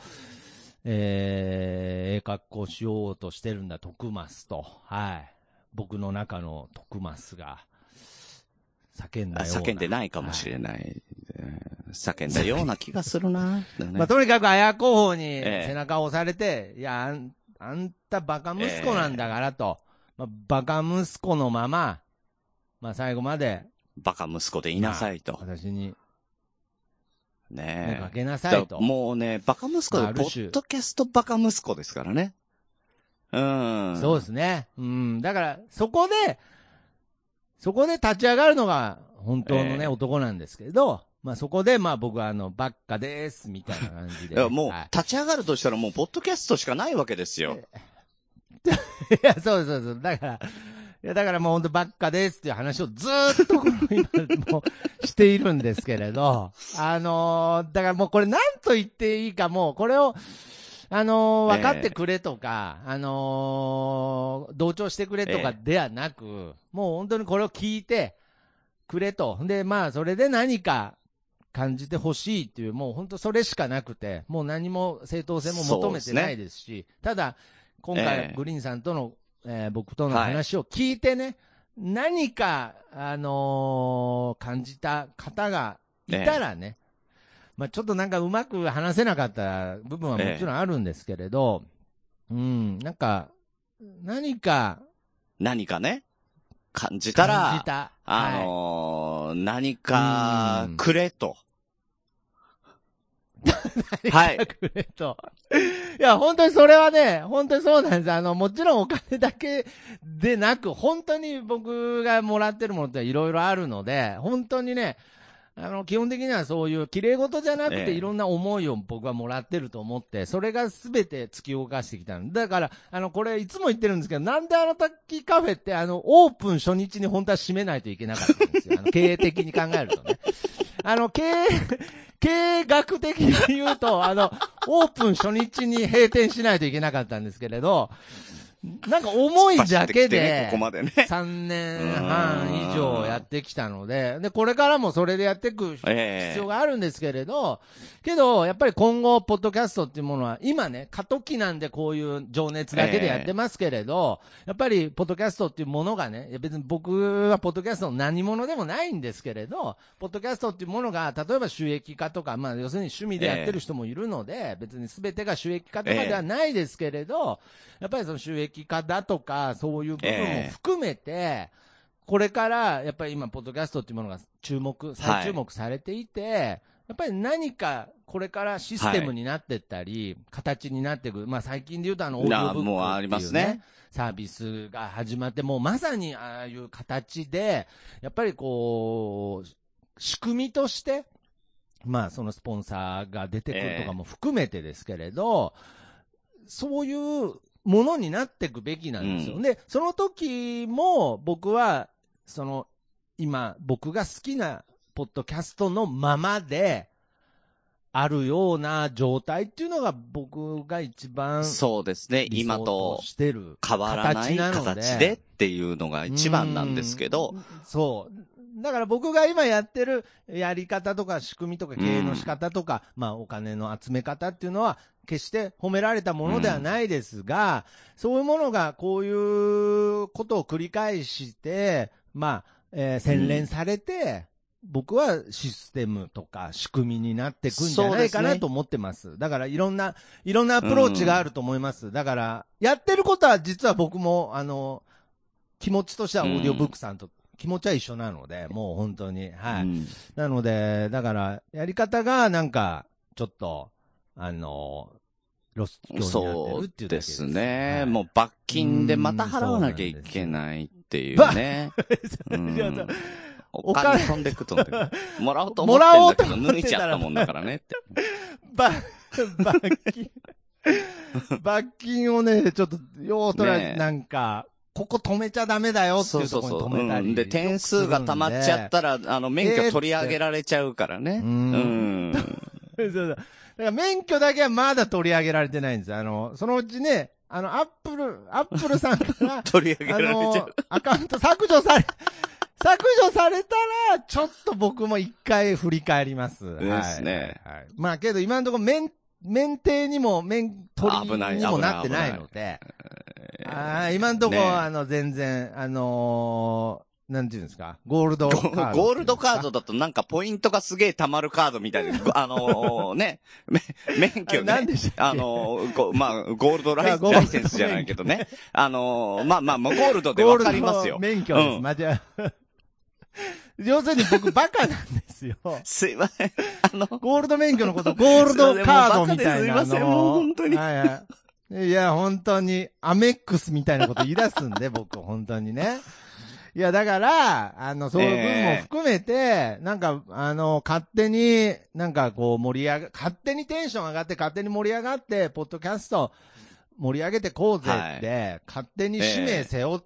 格好しようとしてるんだ、徳増と、はい。僕の中の徳増が、叫んだような。 叫んでないかもしれない。叫んだような気がするな。 まあ、とにかく綾候補に背中を押されて、いや、あんたバカ息子なんだからと、まあ、バカ息子のまま、まあ、最後までバカ息子でいなさいと。 私に。 ねえ。 かけなさいと。 もうね、バカ息子で、ポッドキャストバカ息子ですからね。 そうですね。だから、そこで立ち上がるのが本当のね、男なんですけど、まあそこでまあ僕はバッカです、みたいな感じで。 もう、立ち上がるとしたらもう、ポッドキャストしかないわけですよ。 いや、そう。だからもう本当バッカですっていう話をずーっと今もしているんですけれど、だからもうこれ何と言っていいかもう、これを、分かってくれとか、同調してくれとかではなく、もう本当にこれを聞いてくれと。で、まあそれで何か感じてほしいっていう、もう本当それしかなくて、もう何も正当性も求めてないですし、ただ、今回グリーンさんとの僕との話を聞いてね、何か、感じた方がいたらね、まあちょっとなんかうまく話せなかった部分はもちろんあるんですけれど、なんか、何かね、感じたら、何かくれと。 はい。くれと。いや、本当にそれはね、本当にそうなんです。もちろんお金だけでなく、本当に僕がもらってるものっていろいろあるので、本当にね、基本的にはそういう綺麗事じゃなくていろんな思いを僕はもらってると思って、それが全て突き動かしてきたの。だから、これいつも言ってるんですけど、なんで滝カフェってオープン初日に本当は閉めないといけなかったんですよ。経営的に考えるとね。経営学的に言うと、オープン初日に閉店しないといけなかったんですけれど、なんか思いだけで、3年半以上やってきたので、で、これからもそれでやっていく必要があるんですけれど、けど、やっぱり今後、ポッドキャストっていうものは、今ね、過渡期なんでこういう情熱だけでやってますけれど、やっぱり、ポッドキャストっていうものがね、別に僕はポッドキャストの何者でもないんですけれど、ポッドキャストっていうものが、例えば収益化とか、まあ、要するに趣味でやってる人もいるので、別に全てが収益化とかではないですけれど、やっぱりその収益化だとか、そういう部分も含めて、これからやっぱり今、ポッドキャストっていうものが再注目されていて、やっぱり何かこれからシステムになっていったり、形になっていく、まあ最近で言うとオーディオブックっていうね、サービスが始まって、もうまさにああいう形で、やっぱりこう、仕組みとして、まあそのスポンサーが出てくるとかも含めてですけれど、そういうものになっていくべきなんですよ。で、その時も僕は、今僕が好きなポッドキャストのままであるような状態っていうのが僕が一番そうですね。今と変わらない形でっていうのが一番なんですけど。 そう。だから僕が今やってるやり方とか仕組みとか経営の仕方とか、まあお金の集め方っていうのは決して褒められたものではないですが、そういうものがこういうことを繰り返して、まあ、洗練されて、僕はシステムとか仕組みになっていくんじゃないかなと思ってます。だからいろんなアプローチがあると思います。だから、やってることは実は僕も、気持ちとしてはオーディオブックさんと気持ちは一緒なので、もう本当に。はい。なので、だから、やり方がなんか、ちょっと、ロス教になってるっていうだけです。 そうですね。はい、もう罰金でまた払わなきゃいけないっていうね。お金飛んでくとんでもらおうと思ってんだけど、抜いちゃったもんだからねって。 罰金をね、ちょっと、ようとら、なんか、ここ止めちゃダメだよっていうところに止めたり。 で、点数が溜まっちゃったら、免許取り上げられちゃうからね。 そうだから免許だけはまだ取り上げられてないんです。そのうちね、アップルさんから取り上げられちゃう。 アカウント削除されたら、ちょっと僕も一回振り返ります。 ですね。 はい。まあけど今のところ免停にも免取りにもなってないので、今のところ全然、なんていうんですかゴールドカード。 ゴールドカードだとなんかポイントがすげえ貯まるカードみたいです。ね、免許ね。 何でしたっけまあ、ゴールドライセンスじゃないけどね。まあ、ゴールドでわかりますよ。 免許です。 要するに僕バカなんですよ。 すいません。 ゴールド免許のこと、ゴールドカードみたいな。 すいません、もう本当に。 はいはい。いや、本当に、アメックスみたいなこと言い出すんで、僕、本当にね。いや、だから、そういう分も含めて、なんか、勝手に、なんかこう勝手にテンション上がって、勝手に盛り上がって、ポッドキャスト盛り上げてこうぜって、勝手に使命背負って、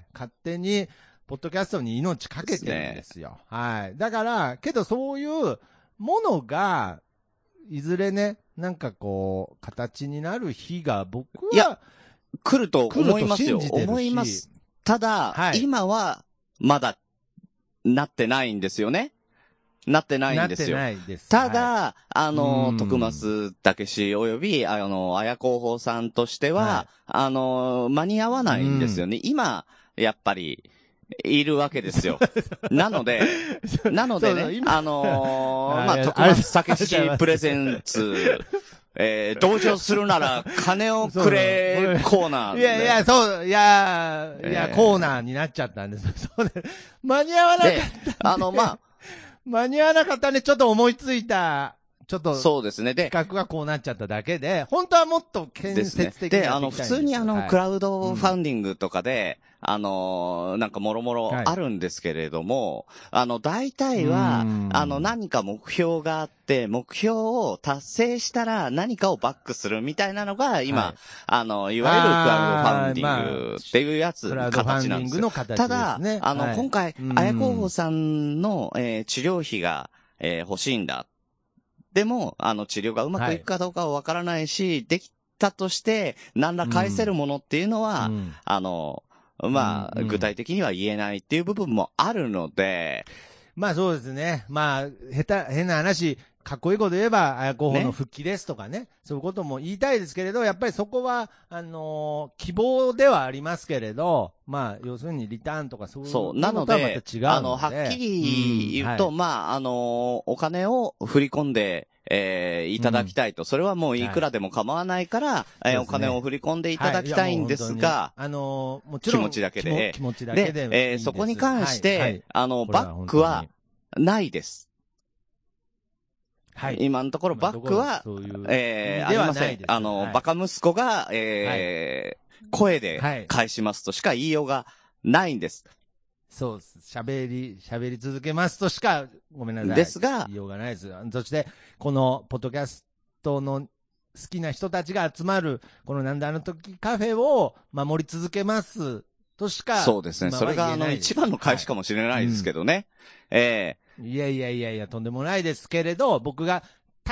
勝手に、ポッドキャストに命かけてるんですよ。はい。だから、けどそういうものが、いずれね、なんかこう、形になる日が僕は、 いや、来ると思いますよ。思います。ただ、 はい、 今は、まだ、なってないんですよね。なってないんですよ。 なってないです。 ただ、徳増武史及び、綾候補さんとしては、間に合わないんですよね。今、やっぱり、いるわけですよ。なのでね、まあ、徳松武史プレゼンツ、同情するなら金をくれコーナー、ね。 いや、コーナーになっちゃったんです。そうで間に合わなかった。間に合わなかったんで、ちょっと思いついた。ちょっと、 そうですね。で、 企画がこうなっちゃっただけで、本当はもっと建設的にやっていきたいんです。 普通にクラウドファンディングとかで、なんかもろもろあるんですけれども、大体は、何か目標があって、目標を達成したら何かをバックするみたいなのが、今、いわゆるクラウドファンディングっていうやつ、形なんですよ。ただ、今回、綾候補さんの、治療費が、欲しいんだ。でも、治療がうまくいくかどうかはわからないし、できたとして、何ら返せるものっていうのは、まあ、具体的には言えないっていう部分もあるので。 まあそうですね。まあ、変な話、かっこいいこと言えば、綾候補の復帰ですとかね、そういうことも言いたいですけれど、やっぱりそこは、希望ではありますけれど、まあ、要するにリターンとかそういうのとはまた違うので。 はっきり言うと、まあ、お金を振り込んで、いただきたいと。それはもういくらでも構わないから、お金を振り込んでいただきたいんですが、 もちろん気持ちだけで。 気持ちだけで。 そこに関して、バックはないです。 はい。 今のところバックは、ありません。バカ息子が、声で返しますとしか言いようがないんです。 そうです。喋り続けますとしか、ごめんなさい。 ですが、 言いようがないです。そして、この、ポッドキャストの好きな人たちが集まる、このなんであの時カフェを守り続けますとしか。 そうですね。それが一番の返しかもしれないですけどね。 いや、とんでもないですけれど、僕が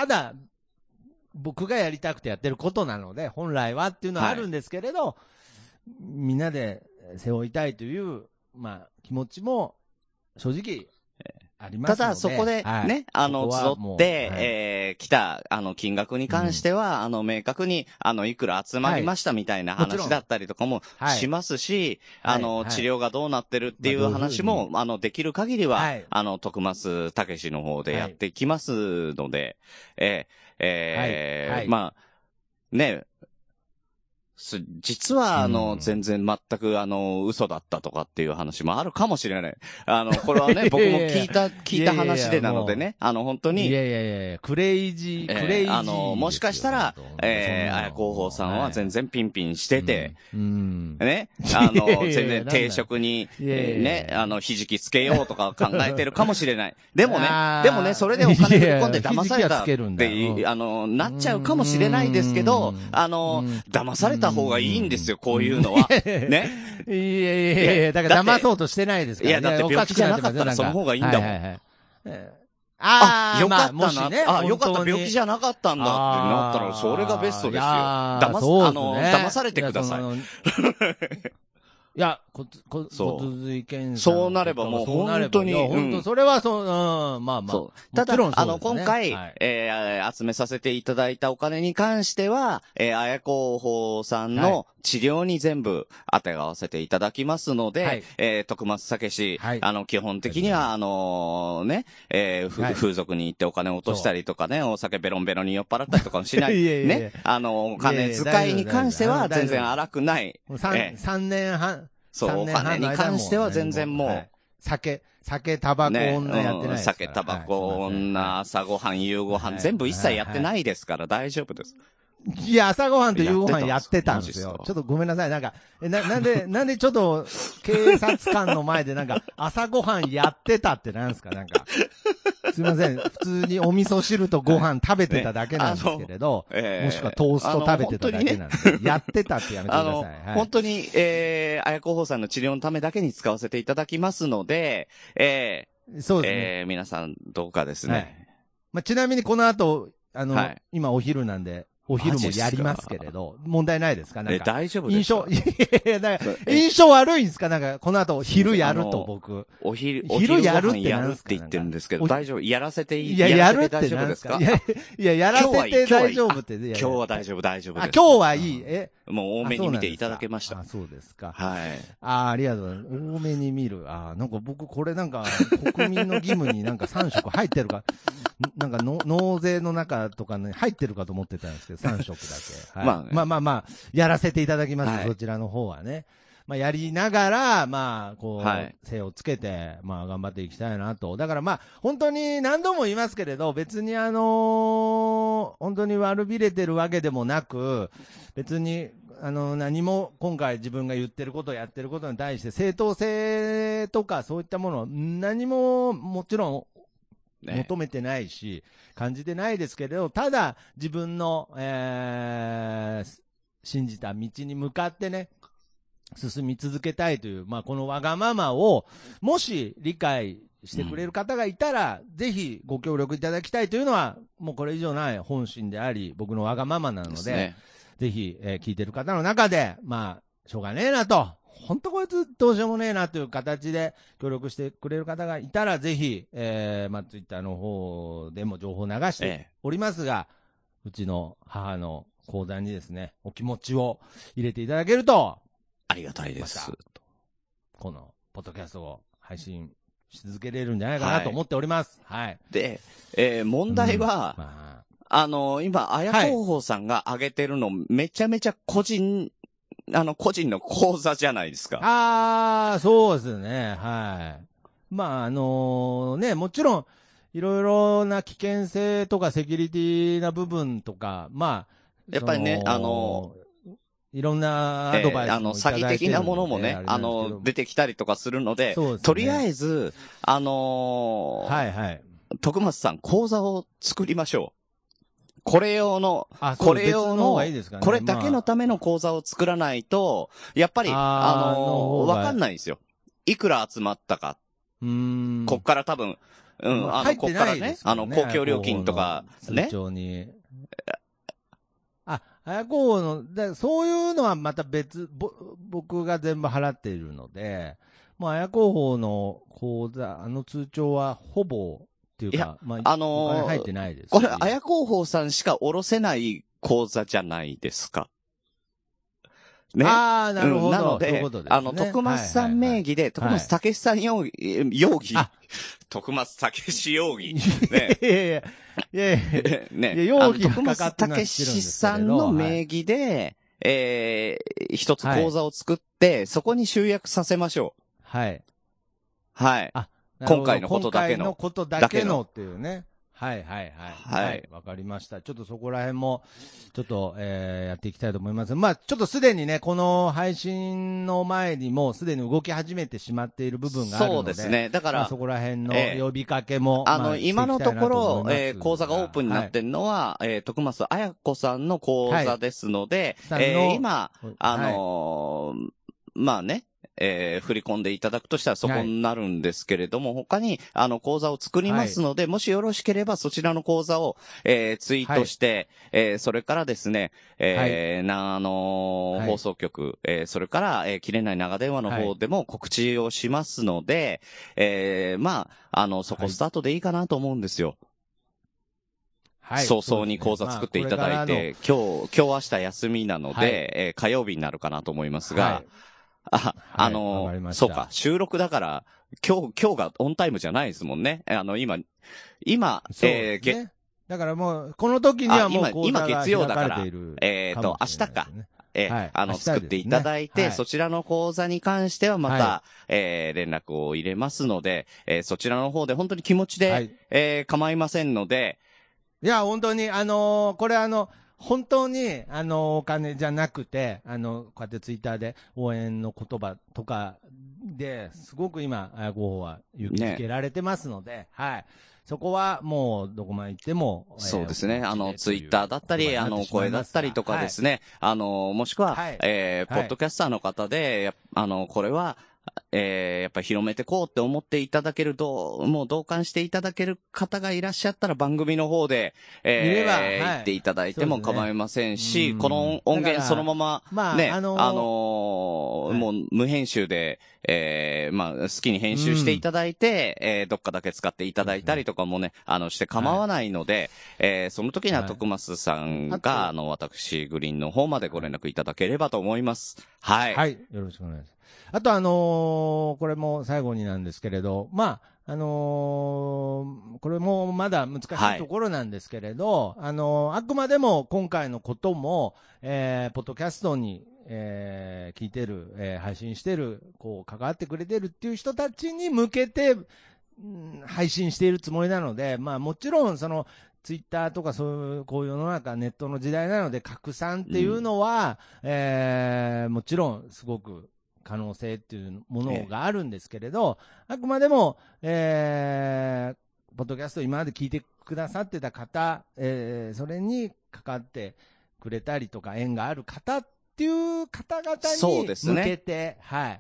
やりたくてやってることなので、本来はっていうのはあるんですけれど、みんなで背負いたいという、まあ、気持ちも、正直、ありますので。 ただ、そこでね、集って、来た、金額に関しては、明確に、いくら集まりましたみたいな話だったりとかもしますし、治療がどうなってるっていう話も、できる限りは、徳増武史の方でやっていきますので、まあ、ね、実は、全然全く、嘘だったとかっていう話もあるかもしれない。これはね、僕も聞いた話でなのでね、本当に。 いや、クレイジー。 もしかしたら、綾候補さんは全然ピンピンしてて、ね、全然定職に、ね、ひじきつけようとか考えてるかもしれない。でもね、それでお金振り込んで騙されたって、なっちゃうかもしれないですけど、騙された方がいいんですよ、こういうのは。ね。 いや、だから騙そうとしてないですからね。 いや、だって病気じゃなかったらその方がいいんだもん。よかったな。よかった、病気じゃなかったんだってなったら、それがベストですよ。騙されてください。 いや、骨髄検査。 そうなればもう本当に。 本当、それはまあ。 ただ、今回、集めさせていただいたお金に関しては、綾候補さんの治療に全部当てがわせていただきますので、徳松武史、基本的には、風俗に行ってお金を落としたりとかね、お酒ベロンベロンに酔っ払ったりとかもしない。ね。お金遣いに関しては全然荒くない。 3年半。 そう、お金に関しては全然もう、 酒、タバコ、女やってないですから。 酒、タバコ、女、朝ごはん、夕ごはん、全部一切やってないですから大丈夫です。 いや、朝ごはんと夕ごはんやってたんですよ。ちょっとごめんなさい。なんか、なんでちょっと、警察官の前でなんか、朝ごはんやってたってなんですかなんか。すいません。普通にお味噌汁とご飯食べてただけなんですけれど、もしくはトースト食べてただけなんで、やってたってやめてください。はい、 本当に、綾候補さんの治療のためだけに使わせていただきますので、 そうですね。 皆さんどうかですね。はい、 まあ、ちなみにこの後、今お昼なんで、お昼もやりますけれど、問題ないですかなんか。 大丈夫ですか印象悪いんですかなんか、この後、昼やると僕。 昼やるって言ってるんですけど、大丈夫やらせていいいや、やるって何ですかいや、やらせて大丈夫って。 今日は大丈夫です。 今日はいい。 もう多めに見ていただけました。 そうですか。 はい。 ありがとうございます。多めに見る。なんか僕、これなんか、国民の義務になんか3食入ってるか、なんか納税の中とかに入ってるかと思ってたんですけど、3食だけ。はい、まあ、やらせていただきます。はい、そちらの方はね。まあ、やりながら、まあ、こう、精をつけて、まあ、頑張っていきたいなと。だからまあ、本当に何度も言いますけれど、別に本当に悪びれてるわけでもなく、別に、何も今回自分が言ってることやってることに対して正当性とかそういったものを何ももちろん求めてないし、感じてないですけれど、ただ自分の、信じた道に向かってね、進み続けたいという、まあこのわがままを、もし理解してくれる方がいたら、ぜひご協力いただきたいというのは、もうこれ以上ない本心であり、僕のわがままなので、ぜひ、聞いてる方の中で、まあ、しょうがねえなと、本当こいつどうしようもねえなという形で協力してくれる方がいたら、ぜひ、まあ、ツイッターの方でも情報を流しておりますが、うちの母の口座にですね、お気持ちを入れていただけると、 ありがたいです。 この、ポッドキャストを配信し続けれるんじゃないかなと思っております。はい。 で、問題は、今、綾候補さんが挙げてるの、めちゃめちゃ個人の口座じゃないですか。 そうですね。はい。まあ、ね、もちろん、いろいろな危険性とかセキュリティな部分とか、まあ、 やっぱりね、 いろんなアドバイスもいただいてるので、 詐欺的なものもね、出てきたりとかするので、とりあえず、 はいはい。 徳松さん、口座を作りましょう。これ用の、これだけのための口座を作らないと、やっぱり、わかんないんですよ。いくら集まったか。こっから多分、こっからね、公共料金とか、ね。 綾候補の、そういうのはまた僕が全部払っているので、もう綾候補の口座、通帳はほぼ、っていうか、まあ、お金入ってないです。 これ、綾候補さんしか下ろせない口座じゃないですか。 ね。なるほど。 なので、徳松さん名義で、徳松武さん容疑。徳松武容疑。ね。 いや、ね。容疑徳松武さんの名義で、一つ口座を作って、そこに集約させましょう。 はい。 はい。今回のことだけの。 今回のことだけのっていうね。はい。わかりました。ちょっとそこら辺も、ちょっと、やっていきたいと思います。まあ、ちょっとすでにね、この配信の前にもすでに動き始めてしまっている部分があるので。 そうですね。だから、 そこら辺の呼びかけも、 今のところ、口座がオープンになってるのは、徳松綾子さんの口座ですので、今、まあね、振り込んでいただくとしたらそこになるんですけれども、他に、口座を作りますので、もしよろしければそちらの口座を、ツイートして、それからですね、放送局、それから、切れない長電話の方でも告知をしますので、まあ、そこスタートでいいかなと思うんですよ。はい。早々に口座作っていただいて、今日明日休みなので、火曜日になるかなと思いますが、そうか、収録だから、今日がオンタイムじゃないですもんね。今、 だからもう、この時にはもう今月曜だから、明日か。 作っていただいて、そちらの講座に関してはまた、連絡を入れますので、そちらの方で本当に気持ちで、構いませんので。 いや、本当に、これ本当に、お金じゃなくて、こうやってツイッターで応援の言葉とかで、すごく今、ご方は勇気づけられてますので、はい。そこはもうどこまで行っても、 そうですね。ツイッターだったり、声だったりとかですね。もしくは、ポッドキャスターの方で、これは、やっぱり広めてこうって思っていただけると、もう同感していただける方がいらっしゃったら番組の方で、言っていただいても構いませんし、この音源そのまま、ね、もう無編集で、好きに編集していただいて、どっかだけ使っていただいたりとかもね、して構わないので、その時には徳増さんが、私、グリーンの方までご連絡いただければと思います。はい。 はい。よろしくお願いします。あとこれも最後になんですけれど、これもまだ難しいところなんですけれど、あくまでも今回のことも、ポッドキャストに、聞いてる、配信してる、関わってくれてるっていう人たちに向けて、配信しているつもりなので、もちろんツイッターとかこういう世の中、ネットの時代なので、拡散っていうのは、もちろんすごく可能性っていうものがあるんですけれど、あくまでも、ポッドキャスト今まで聞いてくださってた方、それに関わってくれたりとか、縁がある方っていう方々に向けて、はい。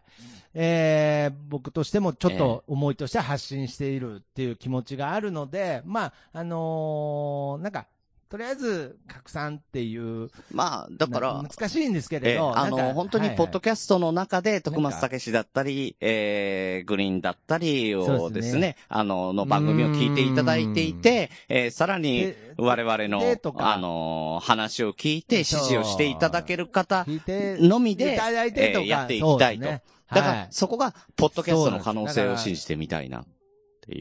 僕としてもちょっと思いとして発信しているっていう気持ちがあるので、なんか、とりあえず拡散っていう。 だから、 難しいんですけれど。 本当にポッドキャストの中で、徳松武史だったり、グリーンだったりをですね、の番組を聞いていただいていて、さらに我々の、話を聞いて指示をしていただける方のみで、やっていきたいと。だから、そこが、ポッドキャストの可能性を信じてみたいなっていう。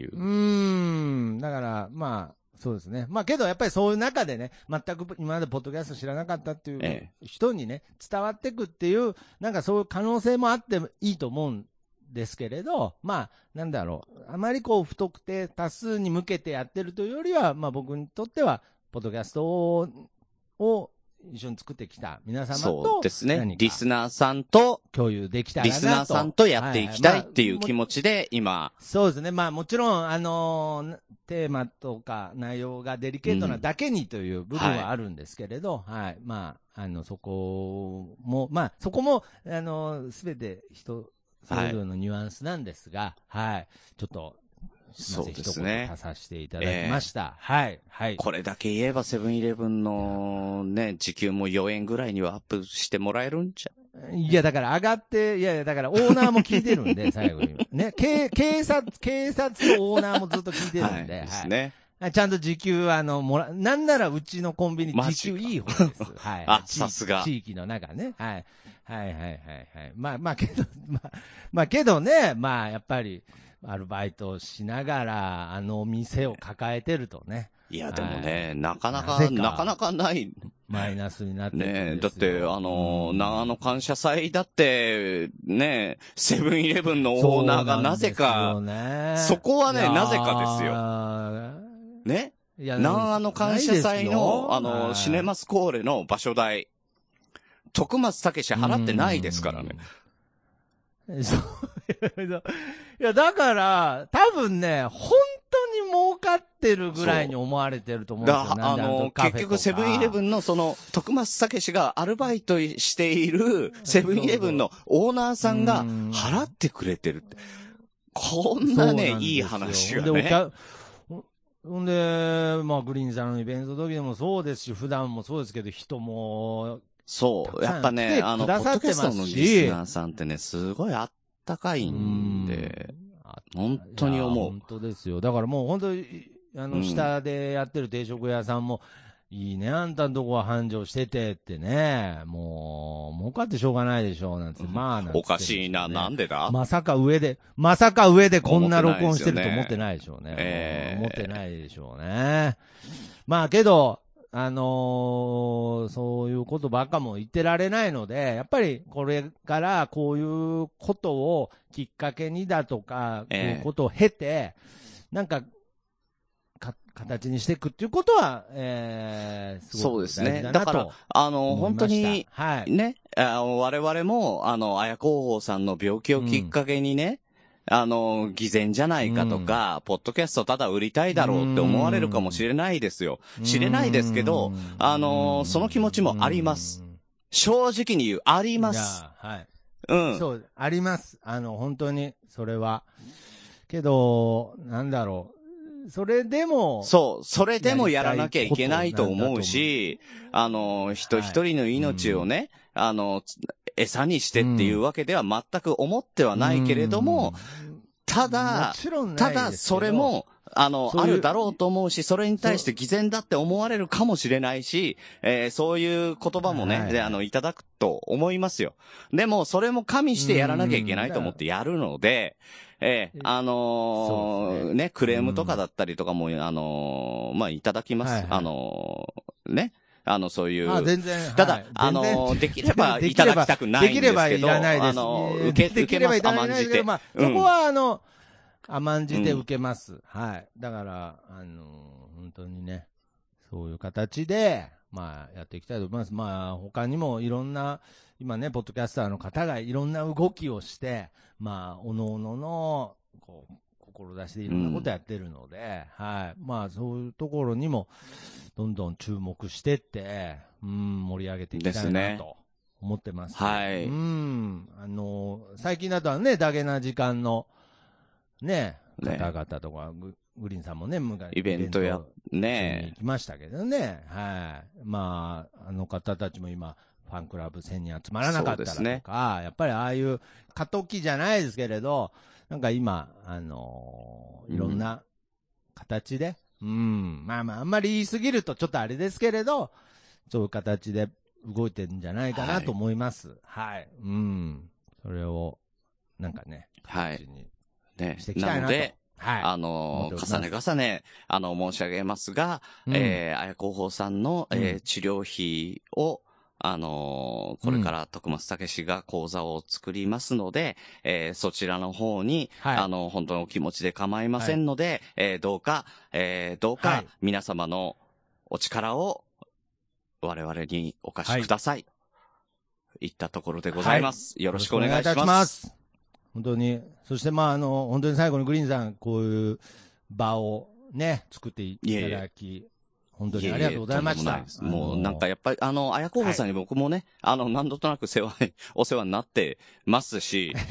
だから、そうですね。けどやっぱりそういう中でね、全く今までポッドキャスト知らなかったっていう人にね、伝わっていくっていう、なんかそういう可能性もあっていいと思うんですけれど、なんだろう。あまり不特定多数に向けてやってるというよりは、僕にとっては、ポッドキャストを一緒に作ってきた皆様と、 そうですね。リスナーさんと共有できたらなと。 リスナーさんとやっていきたいっていう気持ちで今。 そうですね。もちろん、テーマとか内容がデリケートなだけにという部分はあるんですけれど、はい。そこも、そこも、すべて人、それぞれのニュアンスなんですが、はい。ちょっと、 そうですね。 足させていただきました。はい。はい。 これだけ言えばセブンイレブンのね、時給も4円ぐらいにはアップしてもらえるんじゃ。 いや、だから上がって、だからオーナーも聞いてるんで、最後に。ね、警察のオーナーもずっと聞いてるんで。 ですね。 はい。ちゃんと時給なんならうちのコンビニ時給いい方です。はい。 さすが。 地域の中ね。はい。はいはいはいはい。けどね、やっぱり、アルバイトをしながら、店を抱えてるとね。 いや、でもね、なかなかない。 マイナスになってるんですよ。 ねだって、長野感謝祭だって、ねセブンイレブンのオーナーがなぜか、そこはね、なぜかですよ。ね長野感謝祭の、シネマスコーレの場所代、徳松武史払ってないですからね。 いや、だから、多分ね、本当に儲かってるぐらいに思われてると思うんですよ。 結局セブンイレブンの徳松武史がアルバイトしているセブンイレブンのオーナーさんが払ってくれてるって。こんなね、いい話がね。 ほんで、グリーンさんのイベントの時でもそうですし、普段もそうですけど、人も、 そう。やっぱね、ポッドキャストのリスナーさんってね、すごいあったかいんで、本当に思う。 本当ですよ。だからもう本当に、下でやってる定食屋さんも、いいね、あんたんとこは繁盛しててってね、もう、儲かってしょうがないでしょう、なんて。 おかしいな、なんでだまさか上でこんな録音してると思ってないでしょうね。思ってないでしょうね。けど、 そういうことばっかも言ってられないので、やっぱりこれからこういうことをきっかけにだとか、こういうことを経て、なんか、形にしていくっていうことは、すごく大事だなと思いました。そうですね。だから、 本当に、はい。ね、我々も、綾候補さんの病気をきっかけにね、偽善じゃないかとか、ポッドキャストただ売りたいだろうって思われるかもしれないですよ。知れないですけど、その気持ちもあります。正直に言う、あります。 はい。うん。そう、あります。本当に、それは。けど、なんだろう。それでもやらなきゃいけないと思うし、人一人の命をね、餌にしてっていうわけでは全く思ってはないけれども、ただ、それも、あるだろうと思うし、それに対して偽善だって思われるかもしれないし、そういう言葉もね、いただくと思いますよ。でも、それも加味してやらなきゃいけないと思ってやるので、ね、クレームとかだったりとかも、いただきます。はいはい、ね。そういう。 全然。 ただ、できればいただきたくないんですけど。できればいらないです。受けます、甘んじて。 そこは、甘んじて受けます。はい。だから、本当にね、そういう形で、やっていきたいと思います。他にもいろんな、今ね、ポッドキャスターの方がいろんな動きをして、おのおのの、志でいろんなことやってるので、はい。そういうところにも、どんどん注目してって、盛り上げていきたいなと思ってます。 はい。 最近だとはね、ダゲな時間の、ね、方々とか、グリーンさんもね、 イベントや、ね、 行きましたけどね。はい。あの方たちも今、ファンクラブ1000人集まらなかったらとか、やっぱりああいう過渡期じゃないですけれど、なんか今、いろんな形で、あんまり言い過ぎるとちょっとあれですけれど、そういう形で動いてるんじゃないかなと思います。はい。それを、なんかね、 はいね、していきたいなと。なので、 はい。重ね、申し上げますが、綾候補さんの、治療費を、これから徳松武史が講座を作りますので、そちらの方に、本当のお気持ちで構いませんので、どうか、皆様のお力を我々にお貸しください。といったところでございます。よろしくお願いします。 本当に。そして、本当に最後にグリーンさん、こういう場をね、作っていただき、本当にありがとうございました。 もうなんかやっぱり、綾候補さんに僕もね、何度となくお世話になってますし、はい。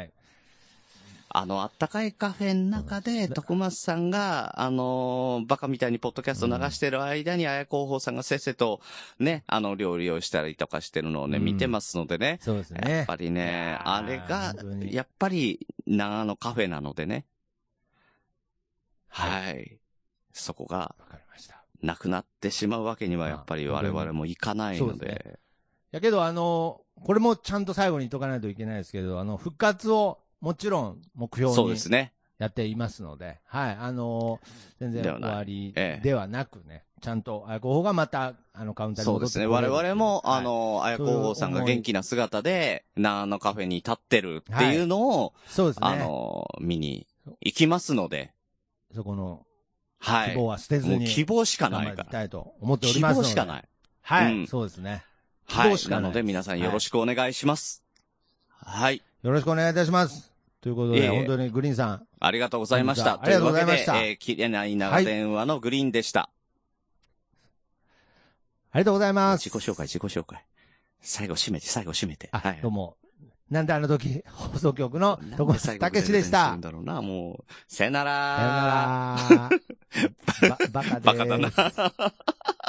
あったかいカフェの中で、徳松さんが、バカみたいにポッドキャスト流してる間に、綾候補さんがせっせと、ね、料理をしたりとかしてるのをね、見てますのでね。 そうですね。 やっぱりね、あれが、やっぱり、長野カフェなのでね。はい。そこが、なくなってしまうわけには、やっぱり我々もいかないので。 やけど、これもちゃんと最後に言っとかないといけないですけど、復活を、もちろん目標にやっていますので、はい、全然終わりではなくね、ちゃんと綾候補がまた、カウンターに戻ってくれる。 そうですね。我々も、綾候補さんが元気な姿で、長野カフェに立ってるっていうのを、 そうですね。 見に行きますので。 そこの、希望は捨てずに。 もう希望しかないから。 頑張りたいと思っておりますので。 希望しかない。 はい。そうですね。 希望しかない。なので皆さんよろしくお願いします。はい。 よろしくお願いいたします。ということで、本当にグリーンさん。 ありがとうございました。 ありがとうございました。 切れない長電話のグリーンでした。 ありがとうございます。 自己紹介。最後締めて。 はい。どうも。なんであの時、放送局の徳松武史でした。 もう、さよなら。 さよなら。バカです。 バカだな。